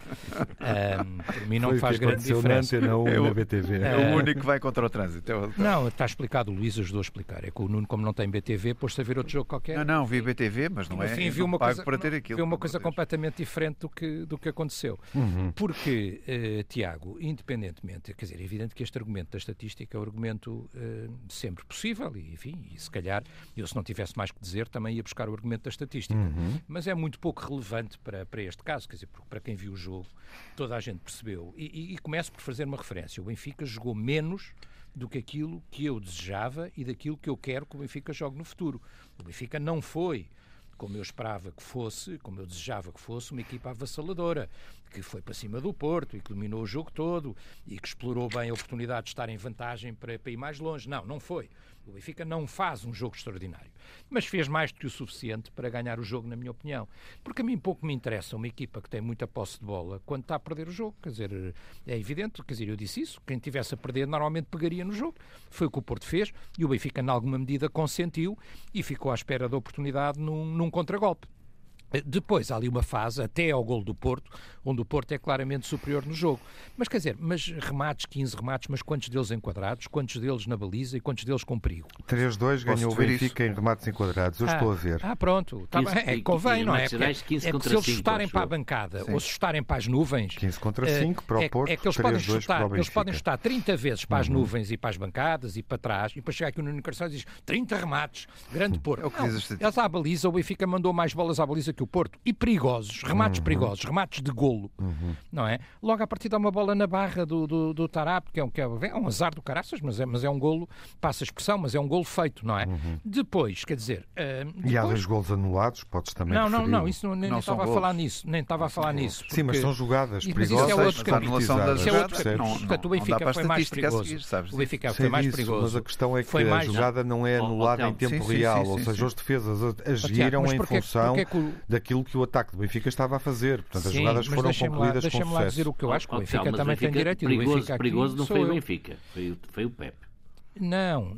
Por mim não Foi o faz que grande aconteceu diferença. na Antena 1 e na BTV. É o único que vai contra o trânsito. Não, está explicado, o Luís ajudou a explicar. É que o Nuno, como não tem BTV, pôs-se a ver outro jogo qualquer. Não, vi BTV, mas não No é. fim, Eu viu não uma pago coisa, para ter aquilo. viu uma pelo coisa amor de Deus. completamente diferente do que aconteceu. Porque, Tiago, independentemente, quer dizer, é evidente que este argumento da estatística é o argumento sempre possível e, enfim, e se calhar, eu se não tivesse mais que dizer, também ia buscar o argumento da estatística. Mas é muito pouco relevante para este caso, quer dizer, porque para quem viu o jogo, toda a gente percebeu. E começo por fazer uma referência. O Benfica jogou menos do que aquilo que eu desejava e daquilo que eu quero que o Benfica jogue no futuro. O Benfica não foi, como eu esperava que fosse, como eu desejava que fosse, uma equipa avassaladora, que foi para cima do Porto e que dominou o jogo todo e que explorou bem a oportunidade de estar em vantagem para ir mais longe. Não foi. O Benfica não faz um jogo extraordinário, mas fez mais do que o suficiente para ganhar o jogo, na minha opinião. Porque a mim pouco me interessa uma equipa que tem muita posse de bola quando está a perder o jogo. Quer dizer, é evidente, quer dizer, eu disse isso, quem tivesse a perder normalmente pegaria no jogo. Foi o que o Porto fez e o Benfica, em alguma medida, consentiu e ficou à espera da oportunidade num contragolpe. Depois há ali uma fase, até ao golo do Porto, onde o Porto é claramente superior no jogo. Mas quer dizer, remates, 15 remates, mas quantos deles enquadrados, quantos deles na baliza e quantos deles com perigo? 3-2 ganhou o Benfica em remates enquadrados. Eu estou a ver. Pronto. Tá 15, bem. Convém, não é? É que se eles chutarem para a bancada ou se chutarem para as nuvens... 15 contra 5 para o Porto, é que eles 3-2 para o Benfica. Eles podem chutar 30 vezes para as nuvens e para as bancadas e para trás, e depois chega aqui o Nuno Carvalho e diz 30 remates, grande Porto. É o que diz a estatística. Eles à baliza, o Benfica mandou mais bolas à baliza que o Porto. E perigosos, remates perigosos, remates de golo, não é? Logo a partir de uma bola na barra do Tarap, que é um azar do caraças, mas é um golo, passa a expressão, mas é um golo feito, não é? Depois, quer dizer... E há 2 golos anulados, podes também referir. Não, isso nem estava a falar nisso, nem estava a falar nisso. Sim, mas são jogadas mas perigosas. isso é outro capítulo. Isso é outro capítulo. Portanto, o Benfica foi mais perigoso. O Benfica foi mais perigoso. Mas a questão é que a jogada não é anulada em tempo real, ou seja, os defesas agiram em função daquilo que o ataque do Benfica estava a fazer. Portanto, as jogadas foram concluídas com deixa-me lá sucesso. dizer o que eu acho, que o Benfica também tem direito. Perigoso não foi o Benfica, foi o Pepe. Não,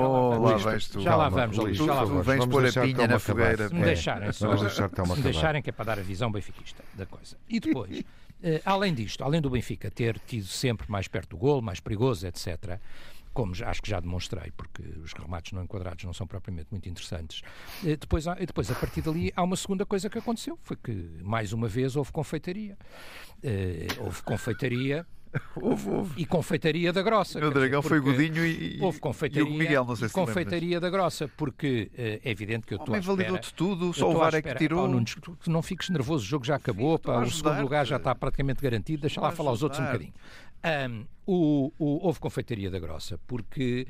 já lá vamos, Luís. Vens pôr a pinha na fogueira. Se me deixarem, que é para dar a visão benfiquista da coisa. E depois, além disto, além do Benfica ter tido sempre mais perto do golo, mais perigoso, etc., como acho que já demonstrei, porque os remates não enquadrados não são propriamente muito interessantes. Depois, a partir dali, há uma segunda coisa que aconteceu, foi que, mais uma vez, houve confeitaria. Houve confeitaria... Houve. E confeitaria da grossa. O Dragão foi Godinho e o Miguel, não sei se confeitaria da grossa, porque é evidente que eu estou à espera... validou-te tudo, só o VAR é que tirou... Tu não fiques nervoso, o jogo já acabou, o segundo lugar já está praticamente garantido, deixa lá falar os outros um bocadinho. Houve confeitaria da grossa, porque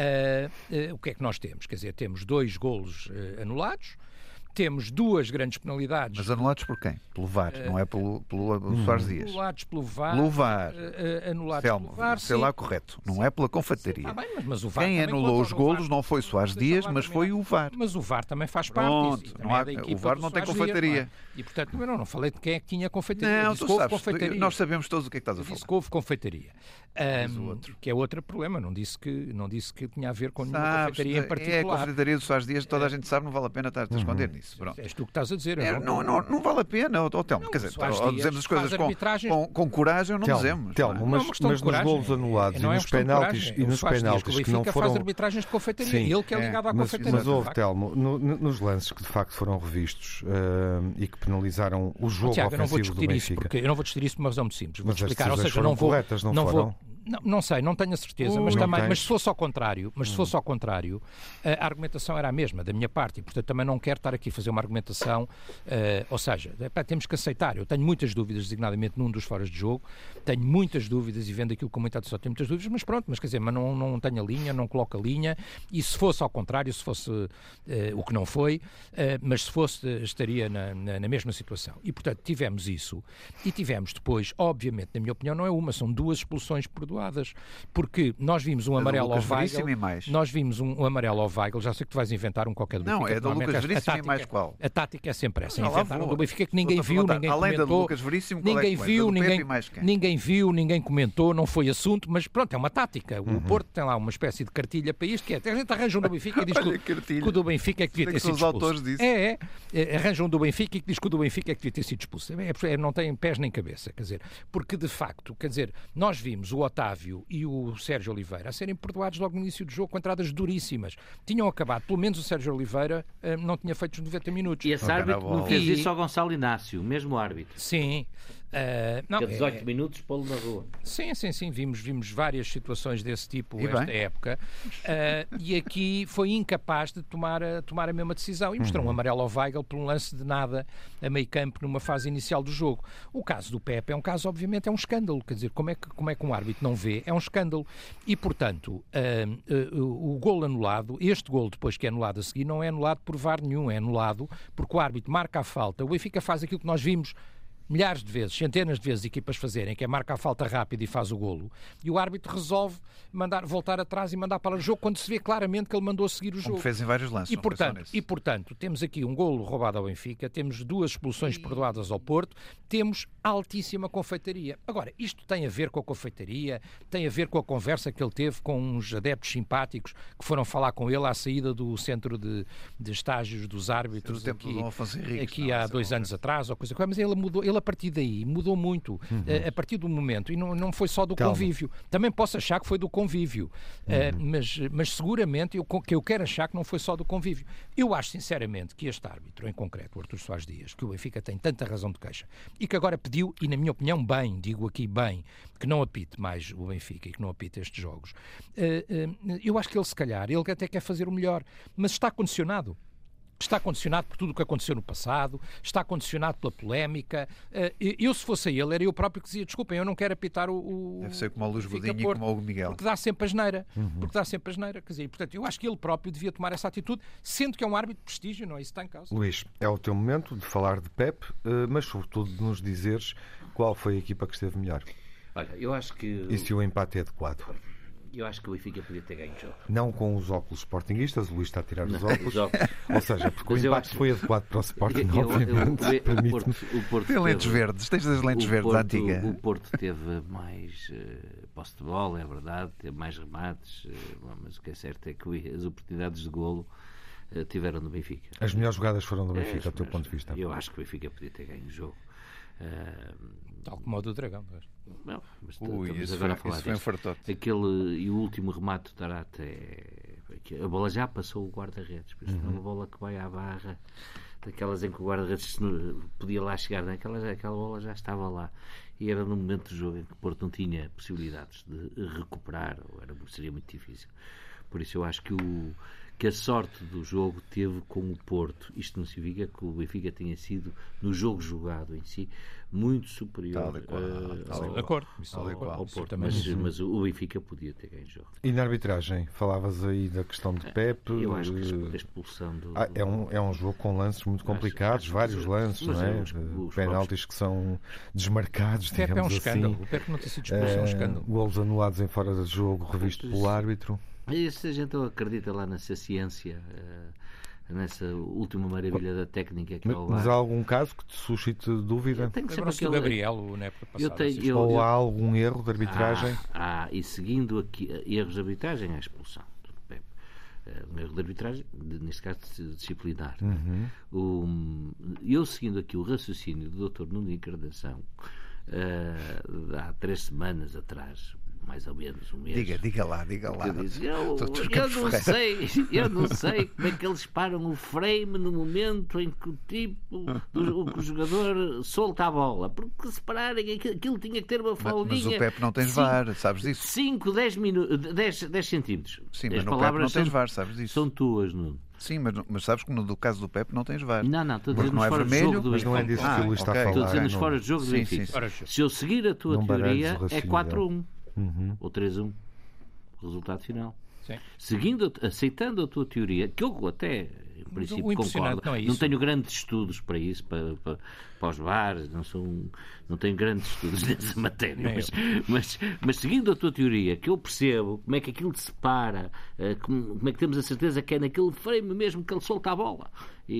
o que é que nós temos? Quer dizer, temos 2 golos anulados, temos 2 grandes penalidades. Mas anulados por quem? Pelo VAR, não é pelo Soares Dias. Anulados pelo VAR. Pelo VAR. Anulados Telmo, pelo VAR, sei lá correto. Não é pela confeitaria. Mas o VAR quem anulou os golos não foi Soares Dias, mas foi o VAR. Mas o VAR também faz parte. O VAR não tem confeitaria. E, portanto, eu não falei de quem é que tinha confeitaria. Não, tu sabes, nós sabemos todos o que é que estás a falar. Disse que houve confeitaria. Que é outro problema. Não disse que tinha a ver com nenhuma confeitaria em particular. É a confeitaria do Soares Dias, toda a gente sabe, não vale a pena estar a esconder nisso. És tu que estás a dizer. Não vale a pena, Telmo. Quer dizer, ou dizemos as coisas com coragem ou não dizemos. Telmo, mas nos golos anulados e nos penaltis que não foram... faz arbitragens de confeitaria. Ele que é ligado à confeitaria. Mas houve, Telmo, nos lances que de facto foram revistos e que penalizaram o jogo ofensivo do Benfica. Eu não vou discutir isso por uma razão muito simples. Vou explicar, ou seja, não vou... corretas, não foram? Não sei, não tenho a certeza, mas se fosse ao contrário, a argumentação era a mesma da minha parte e, portanto, também não quero estar aqui a fazer uma argumentação, ou seja, temos que aceitar. Eu tenho muitas dúvidas, designadamente num dos foras de jogo, tenho muitas dúvidas e vendo aquilo com muita atenção, tenho muitas dúvidas, mas pronto, mas quer dizer, não tenho a linha, não coloco a linha, e se fosse ao contrário, se fosse o que não foi, mas se fosse, estaria na mesma situação. E, portanto, tivemos isso, e tivemos depois, obviamente, na minha opinião, não é uma, são 2 expulsões perdoadas. perdoadas, porque nós vimos um amarelo ao Weigl, nós vimos um amarelo ao Weigl, já sei que tu vais inventar um qualquer do Benfica. Não, é do Lucas Veríssimo e mais qual? A tática é sempre essa, inventar um do Benfica que ninguém viu, ninguém além comentou, do Lucas Veríssimo, ninguém viu, ninguém comentou, não foi assunto, mas pronto, é uma tática. O Porto tem lá uma espécie de cartilha para isto, que é, a gente arranja um do Benfica e diz que o do Benfica é que devia ter sido expulso. Arranja um do Benfica e diz que o do Benfica é que devia ter sido expulso. Não tem pés nem cabeça, quer dizer, porque de facto, quer dizer, nós vimos o Otávio e o Sérgio Oliveira a serem perdoados logo no início do jogo com entradas duríssimas. Tinham acabado, pelo menos o Sérgio Oliveira não tinha feito os 90 minutos. E esse árbitro não fez isso ao Gonçalo Inácio, o mesmo árbitro. Sim. Não, 18 minutos pô-lo na rua. Sim, vimos várias situações desse tipo esta época, e aqui foi incapaz de tomar a mesma decisão e mostrou um amarelo ao Weigl por um lance de nada a meio campo numa fase inicial do jogo. O caso do Pepe é um caso, obviamente, é um escândalo, quer dizer, como é que um árbitro não vê? É um escândalo. E, portanto, o golo anulado, este golo depois que é anulado a seguir, não é anulado por VAR nenhum, é anulado porque o árbitro marca a falta, o Benfica faz aquilo que nós vimos milhares de vezes, centenas de vezes equipas fazerem, que é marca a falta rápida e faz o golo, e o árbitro resolve voltar atrás e mandar para o jogo quando se vê claramente que ele mandou seguir o jogo. Como fez em vários lances. E portanto, temos aqui um golo roubado ao Benfica, temos 2 expulsões perdoadas ao Porto, temos altíssima confeitaria. Agora, isto tem a ver com a confeitaria, tem a ver com a conversa que ele teve com uns adeptos simpáticos que foram falar com ele à saída do centro de estágios dos árbitros aqui há 2 anos atrás, ou coisa como, mas ele mudou, a partir daí mudou muito, a partir do momento, e não foi só do convívio. Também posso achar que foi do convívio, mas seguramente eu quero achar que não foi só do convívio. Eu acho sinceramente que este árbitro, em concreto, o Artur Soares Dias, que o Benfica tem tanta razão de queixa, e que agora pediu, e na minha opinião bem, digo aqui bem, que não apite mais o Benfica e que não apite estes jogos, eu acho que ele se calhar, ele até quer fazer o melhor, mas está condicionado. Está condicionado por tudo o que aconteceu no passado, está condicionado pela polémica. Eu, se fosse ele, era eu próprio que dizia, desculpem, eu não quero apitar o Deve ser como o Luís Godinho e como o Hugo Miguel. Porque dá sempre asneira. Quer dizer, portanto, eu acho que ele próprio devia tomar essa atitude, sendo que é um árbitro de prestígio, não é isso que está em causa. Luís, é o teu momento de falar de Pep, mas sobretudo de nos dizeres qual foi a equipa que esteve melhor. Olha, eu acho que... E se o empate é adequado? Eu acho que o Benfica podia ter ganho o jogo. Não com os óculos sportinguistas, o Luís está a tirar os óculos. Ou seja, porque o empate foi adequado para o Sporting, obviamente. O Porto tem lentes verdes, tens das lentes verdes da antiga. O Porto teve mais posse de bola, é verdade, teve mais remates, mas o que é certo é que as oportunidades de golo tiveram no Benfica. As melhores jogadas foram do Benfica, do teu ponto de vista? Eu acho que o Benfica podia ter ganho o jogo. Tal como o do Dragão. Não, mas estamos agora a falar disto. Aquele e o último remate do Tarate a bola já passou o guarda-redes, por isso uma bola que vai à barra, daquelas em que o guarda-redes podia lá chegar, aquela bola já estava lá e era no momento do jogo em que o Porto não tinha possibilidades de recuperar, seria muito difícil. Por isso eu acho que a sorte do jogo teve com o Porto. Isto não significa que o Benfica tenha sido, no jogo jogado em si, muito superior ao Porto. Mas o Benfica podia ter ganho o jogo. E na arbitragem? Falavas aí da questão de Pepe. Eu acho que a expulsão do... É um jogo com lances muito complicados, vários lances, não é? Penaltis que são desmarcados, digamos assim. É um escândalo. O Pepe não ter sido expulso é um escândalo. Golos anulados em fora de jogo, revisto pelo árbitro. E se a gente acredita lá nessa ciência, nessa última maravilha da técnica que é o VAR. Mas há algum caso que te suscite dúvida? Lembram-se do Gabriel, na época passada. Ou há algum erro de arbitragem? E seguindo aqui erros de arbitragem, a expulsão do Pepe. Um erro de arbitragem, neste caso disciplinar. Eu seguindo aqui o raciocínio do Dr. Nuno Encarnação, há 3 semanas atrás, mais ou menos um mês. Diga lá. Eu não sei como é que eles param o frame no momento em que o jogador solta a bola. Porque se pararem, aquilo tinha que ter uma folguinha. Mas o Pepe não tens VAR, sabes disso? 5, 10 centímetros. Sim, mas no Pepe não tens VAR, sabes disso? São tuas, Nuno. Sim, mas sabes que no caso do Pepe não tens VAR. Não, estou dizendo não é fora vermelho, de jogo do mas não é disso que o Luís está a falar. Estou dizendo fora de jogo do Benfica. Se eu seguir a tua teoria, é 4-1 ou 3-1 o resultado final. Sim. Aceitando a tua teoria, que eu até em princípio impressionante concordo. não é isso. Não tenho grandes estudos para isso, para os bares, não tenho grandes estudos nessa matéria, mas seguindo a tua teoria, que eu percebo como é que aquilo separa, como é que temos a certeza que é naquele frame mesmo que ele solta a bola.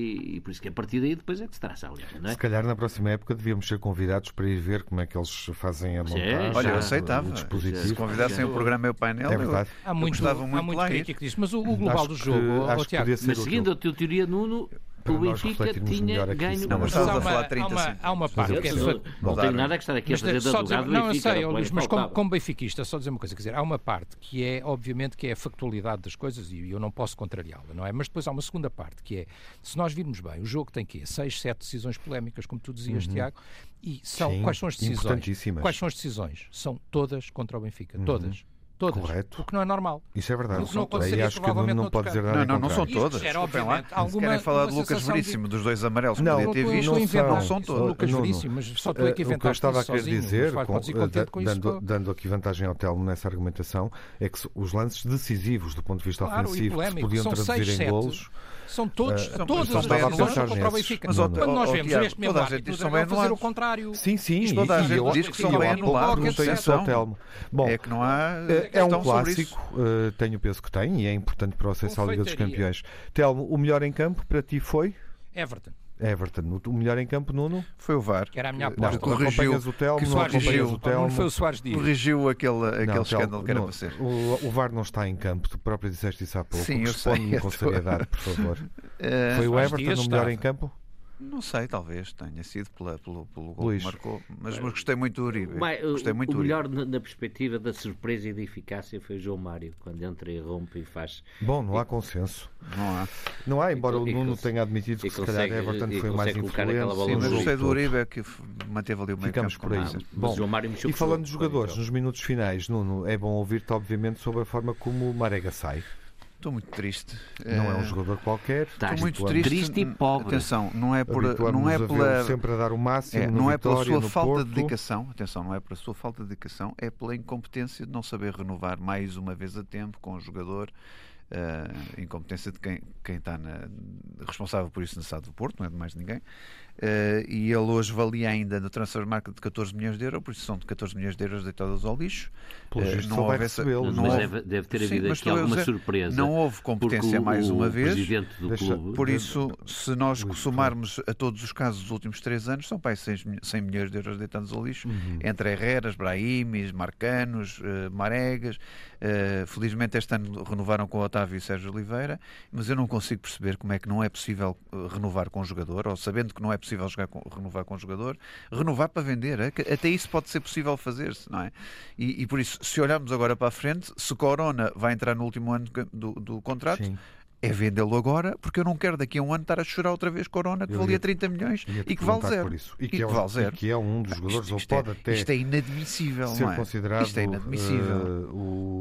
E por isso que a partir daí depois é que se traça a linha, não é? Se calhar na próxima época devíamos ser convidados para ir ver como é que eles fazem a montagem. Olha, eu aceitava. O dispositivo. Se convidassem o programa e o painel, É verdade. Há muito crítico disso, mas o global do jogo, acho que Tiago, podia ser Mas seguindo a tua teoria, Nuno, para o nós Benfica refletirmos tinha melhor aqui, ganho. senão mas Mas estás a falar 30 há uma parte que é Não tenho nada que estar aqui a fazer de advogado do não, eu Benfica. sei, era Luís, o mas faltava. como benfiquista, só dizer uma coisa, quer dizer, há uma parte que é, obviamente, que é a factualidade das coisas e eu não posso contrariá-la, não é? Mas depois há uma segunda parte, que é, se nós virmos bem, o jogo tem quê? 6, 7 decisões polémicas, como tu dizias, Tiago, e Sim, quais são as decisões? importantíssimas. Quais são as decisões? São todas contra o Benfica, todas. Todas. Correto. O que não é normal. Isso é verdade. O que não Aí aconteceria acho que o Nuno provavelmente não noutro pode dizer caso. nada. Não são em contrário. todas. Isto era, Desculpem lá. obviamente, Se querem falar de Lucas sensação Veríssimo, dos 2 amarelos que Não, podia ter não visto, são. não são todas. Lucas Nuno, Veríssimo, mas só tu é que o que eu inventaste estava a isso querer sozinho, dizer, mas podes ir contente com isso. dando aqui vantagem ao Telmo nessa argumentação, é que os lances decisivos do ponto de vista Claro, e ofensivo que se polémico, podiam são traduzir 6, em 7. golos. São todas são as bem decisões anulados contra o Benfica. nesses. Quando nós vemos Tiago, neste mesmo toda a gente árbitro diz que são a bem fazer o anulados. contrário. Sim. Isto toda a gente eu diz que são bem anulados. Perguntei isso ao Telmo. Bom, É que não há é um questão sobre clássico, isso. tenho o peso que tem e é importante para o acesso à Liga dos Confeitaria. Campeões. Telmo, o melhor em campo para ti foi? Everton, Everton. O melhor em campo, Nuno? Foi o VAR. que era a minha Não, aposta. corrigiu- acompanhas o Telmo, que não Soares acompanhas corrigiu. o Telmo. Não foi o Soares Dias. Corrigiu aquele Não, escândalo que era não, para ser. o VAR não está em campo, tu próprio disseste isso há pouco. Sim, eu Responde-me sei, com eu estou- seriedade, por favor. Foi o Soares Everton Dias o melhor estava. em campo? Não sei, talvez tenha sido pelo gol Luís. que marcou, mas gostei muito do Uribe. Bem, Gostei muito o do Uribe. melhor na perspectiva da surpresa e da eficácia foi o João Mário, quando entra e rompe e faz. Bom, não há consenso. Não há. Não há, embora o E Nuno cons- tenha admitido que e se calhar consegue- Everton e foi mais consegue colocar aquela influente. bola Sim, no mas jogo gostei do todo. Uribe é que manteve ali o meio Ficamos campo. por aí. como Mas Bom, o João Mário mexeu e com o falando jogo, dos jogadores, então. nos minutos finais, Nuno, é bom ouvir-te, obviamente, sobre a forma como o Marega sai. Estou muito triste. Não é um jogador qualquer. Estás Estou muito habituamos- triste. e pobre. Atenção, não é habituamos-nos a vê-lo pela sempre a dar o máximo, no não é pela Vitória, sua no falta Porto. de dedicação. Atenção, não é pela sua falta de dedicação, é pela incompetência de não saber renovar mais uma vez a tempo com o jogador. Incompetência de quem está responsável por isso na SAD do Porto, não é de mais ninguém. E ele hoje valia ainda no transfer market de 14 milhões de euros, por isso são de 14 milhões de euros deitados ao lixo. Pelo visto, só vai recebê-lo. Mas houve- deve ter Sim, havido mas aqui estou a alguma dizer, surpresa. não houve competência porque mais uma vez. O presidente do Deixa- clube. Por isso, se nós Luís, somarmos a todos os casos dos últimos 3 anos, são para aí 100 milhões de euros deitados ao lixo, Uhum. entre Herreras, Brahimis, Marcanos, Maregas. Felizmente este ano renovaram com o Otávio e Sérgio Oliveira, mas eu não consigo perceber como é que não é possível renovar com o jogador, ou sabendo que não é possível renovar com o jogador, renovar para vender. Até isso pode ser possível fazer-se, não é? E por isso, se olharmos agora para a frente, se Corona vai entrar no último ano do contrato, Sim. é vendê-lo agora, porque eu não quero daqui a um ano estar a chorar outra vez Corona, que Eu valia ia- 30 milhões Ia-te e que vale perguntar zero. por isso. E que vale zero. E que é um dos jogadores, ou Isto pode até isto é inadmissível, ser não é? considerado Isto é inadmissível.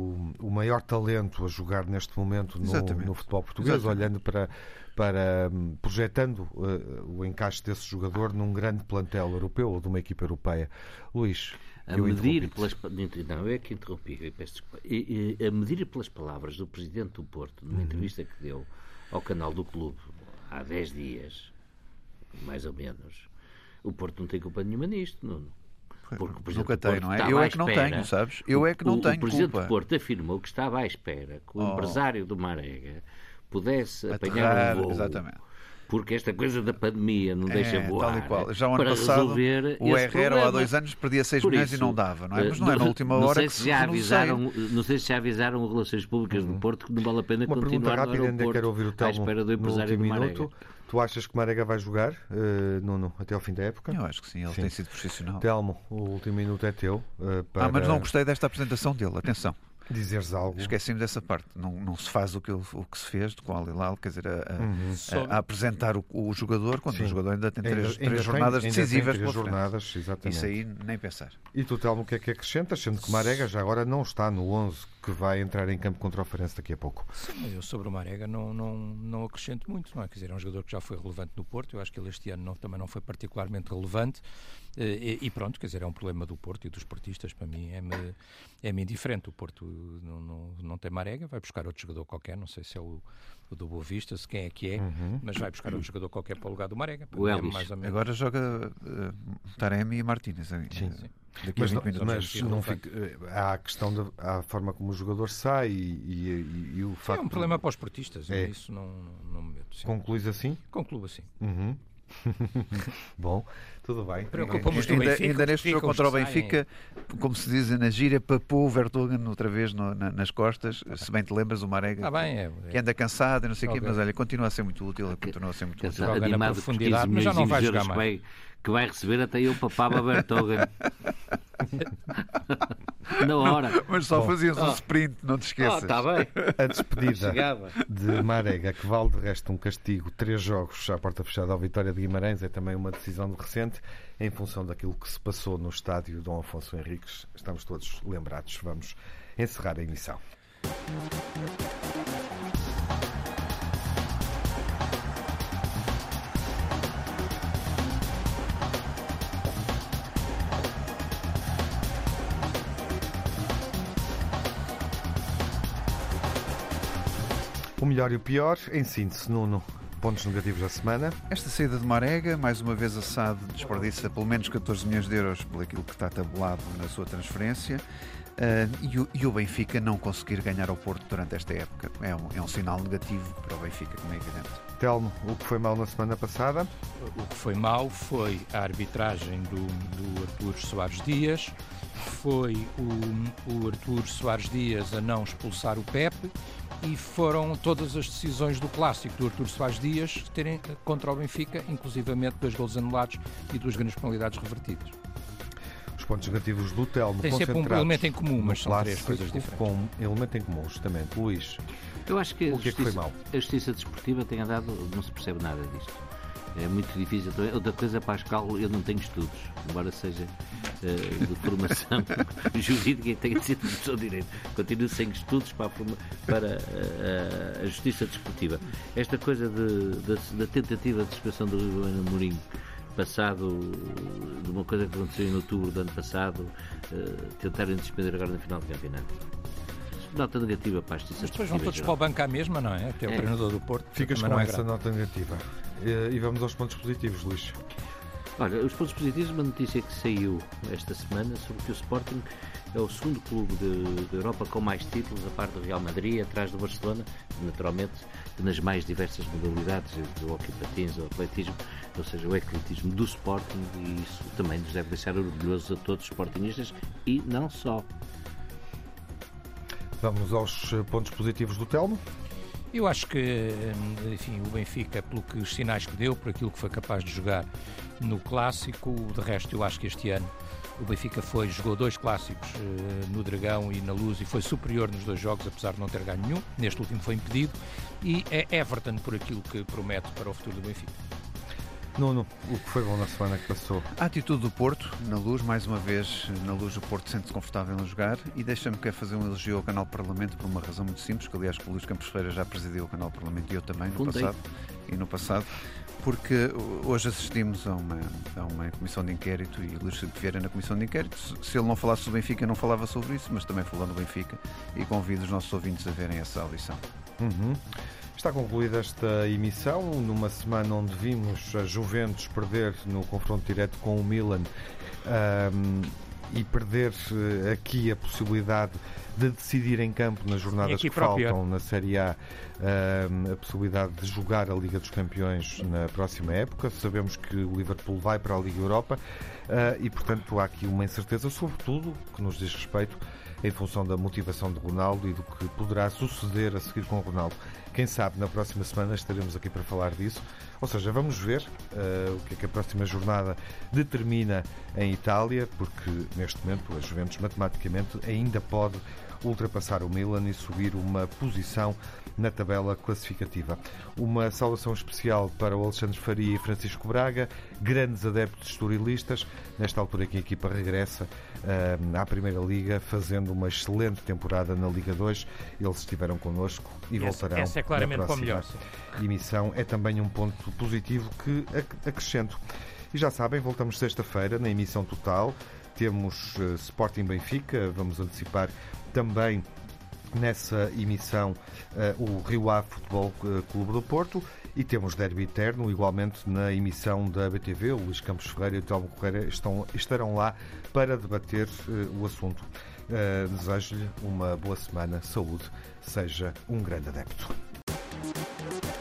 o maior talento a jogar neste momento Exatamente. no futebol português, Exatamente. olhando para projetando o encaixe desse jogador num grande plantel europeu ou de uma equipa europeia. Luís, A eu medir interrompi-te. pelas. Não, eu é que interrompi, eu peço desculpa. A medir pelas palavras do presidente do Porto, numa entrevista que deu ao canal do clube há 10 dias, mais ou menos, o Porto não tem culpa nenhuma nisto, Nuno. Porque o presidente Nunca do Porto tem, não é? estava Eu à é que não espera- tenho, sabes? Eu é que não o tenho presidente culpa. do Porto afirmou que estava à espera que o empresário do Marega pudesse apanhar Aterrar, um voo. exatamente. Porque esta coisa da pandemia não deixa voar. Tal e qual. Já o ano para passado, resolver o esse Herrera há problema. 2 anos perdia 6 Por milhões e isso, não dava, não é? Mas não é na última não hora sei que se se já renuncia. avisaram, não sei se já avisaram Relações Públicas do Porto que não vale a pena Uma pergunta continuar no rápida, ainda aeroporto quero ouvir o à Telmo espera do no empresário último do Marega. minuto. Tu achas que Marega vai jogar, Nuno, até ao fim da época? Eu acho que sim, ele Sim. tem sido profissional. Telmo, o último minuto é teu. Para Mas não gostei desta apresentação dele, atenção. dizeres algo. Esqueci-me dessa parte. Não se faz o que se fez com o Al-Hilal, quer dizer, a apresentar o jogador, quando Sim. o jogador ainda tem Ainda três tem- jornadas ainda tem decisivas três pela frente. jornadas, exatamente. Isso aí, nem pensar. E tu, Telmo, o que é que acrescentas? Sendo que Marega já agora não está no 11 que vai entrar em campo contra o Farense daqui a pouco. Sim, eu sobre o Marega não acrescento muito, não é? Quer dizer, é um jogador que já foi relevante no Porto, eu acho que ele este ano também não foi particularmente relevante, e pronto, quer dizer, é um problema do Porto e dos portistas, para mim é-me indiferente. O Porto não tem Marega, vai buscar outro jogador qualquer, não sei se é o do Boa Vista, se quem é que é, mas vai buscar outro jogador qualquer para o lugar do Marega. O Elvis. Mais ou menos. Agora joga Taremi e Martínez. Sim. Daqui a 20 minutos. Mas não fica, há a questão da forma como o jogador sai e o facto... É um problema para os portistas, isso não me meto. Sim. Concluís assim? Concluo assim. Bom, tudo bem. Preocupamos do Benfica, ainda neste jogo contra o Benfica, como se diz na gíria, papou o Vertonghen outra vez nas costas. Se bem te lembras, o Marega que anda cansado e não sei o quê, mas olha, continua a ser muito útil. Continua a ser muito útil. Joga na profundidade, mas já não vai jogar mais. Que vai receber, até eu papava Vertonghen. Na hora. Mas só fazias um sprint, não te esqueças. Está bem. A despedida de Marega, que vale de resto um castigo, 3 jogos à porta fechada ao Vitória de Guimarães, é também uma decisão recente em função daquilo que se passou no estádio Dom Afonso Henriques. Estamos todos lembrados. Vamos encerrar a emissão. O melhor e o pior, em síntese, Nuno, pontos negativos da semana. Esta saída de Marega, mais uma vez a SAD desperdiça pelo menos 14 milhões de euros por aquilo que está tabulado na sua transferência, e o Benfica não conseguir ganhar ao Porto durante esta época. É um sinal negativo para o Benfica, como é evidente. Telmo, o que foi mal na semana passada? O que foi mal foi a arbitragem do Artur Soares Dias, foi o Artur Soares Dias a não expulsar o Pepe, e foram todas as decisões do clássico do Artur Soares Dias terem contra o Benfica, inclusivamente 2 golos anulados e 2 grandes penalidades revertidas. Os pontos negativos do Telmo tem sempre um elemento em comum, mas são 3 coisas diferentes. Com um elemento em comum, justamente. Luís, eu acho que o que é que foi mal? A justiça desportiva tem andado, não se percebe nada disto. É muito difícil. Outra coisa, Pascal, eu não tenho estudos, embora seja de formação jurídica e tenha sido professor de Direito. Continuo sem estudos para a justiça desportiva. Esta coisa da tentativa de suspensão do Ruben Amorim, passado de uma coisa que aconteceu em outubro do ano passado, tentarem suspender agora no final do campeonato. Nota negativa para a justiça desportiva. Depois vão todos para o banco à mesma, não é? Até o treinador do Porto. Ficas com essa nota negativa. E vamos aos pontos positivos, Luís. Olha, os pontos positivos, uma notícia que saiu esta semana sobre que o Sporting é o segundo clube da Europa com mais títulos, a parte do Real Madrid, atrás do Barcelona, naturalmente, nas mais diversas modalidades, do hóquei patins, o atletismo, ou seja, o ecletismo do Sporting, e isso também nos deve deixar orgulhosos a todos os sportingistas e não só. Vamos aos pontos positivos do Telmo. Eu acho que, enfim, o Benfica, pelo que os sinais que deu, por aquilo que foi capaz de jogar no Clássico, de resto eu acho que este ano o Benfica jogou 2 clássicos no Dragão e na Luz e foi superior nos 2 jogos, apesar de não ter ganho nenhum. Neste último foi impedido. E é Everton por aquilo que promete para o futuro do Benfica. Nuno, o que foi bom na semana que passou? A atitude do Porto, na Luz, mais uma vez, na Luz o Porto sente-se confortável a jogar, e deixa-me que fazer um elogio ao Canal Parlamento por uma razão muito simples, que aliás o Luís Campos Ferreira já presidiu o Canal Parlamento e eu também no passado, porque hoje assistimos a uma comissão de inquérito e Luís Vieira na comissão de inquérito. Se ele não falasse do Benfica, não falava sobre isso, mas também falando do Benfica, e convido os nossos ouvintes a verem essa audição. Está concluída esta emissão, numa semana onde vimos a Juventus perder no confronto direto com o Milan e perder aqui a possibilidade de decidir em campo nas jornadas que faltam na Série A, a possibilidade de jogar a Liga dos Campeões na próxima época. Sabemos que o Liverpool vai para a Liga Europa e, portanto, há aqui uma incerteza, sobretudo, que nos diz respeito em função da motivação de Ronaldo e do que poderá suceder a seguir com o Ronaldo. Quem sabe, na próxima semana estaremos aqui para falar disso. Ou seja, vamos ver o que é que a próxima jornada determina em Itália, porque neste momento a Juventus matematicamente ainda pode ultrapassar o Milan e subir uma posição na tabela classificativa. Uma saudação especial para o Alexandre Faria e Francisco Braga, grandes adeptos esturilistas, nesta altura que a equipa regressa à Primeira Liga, fazendo uma excelente temporada na Liga 2. Eles estiveram connosco e voltarão essa é claramente na para o melhor. emissão. É também um ponto positivo que acrescento. E já sabem, voltamos sexta-feira na emissão total. Temos Sporting Benfica, vamos antecipar também nessa emissão o Rio Ave Futebol Clube do Porto, e temos Derby Eterno igualmente na emissão da BTV. O Luís Campos Ferreira e o Telmo Correia estarão lá para debater o assunto. Desejo-lhe uma boa semana, saúde, seja um grande adepto.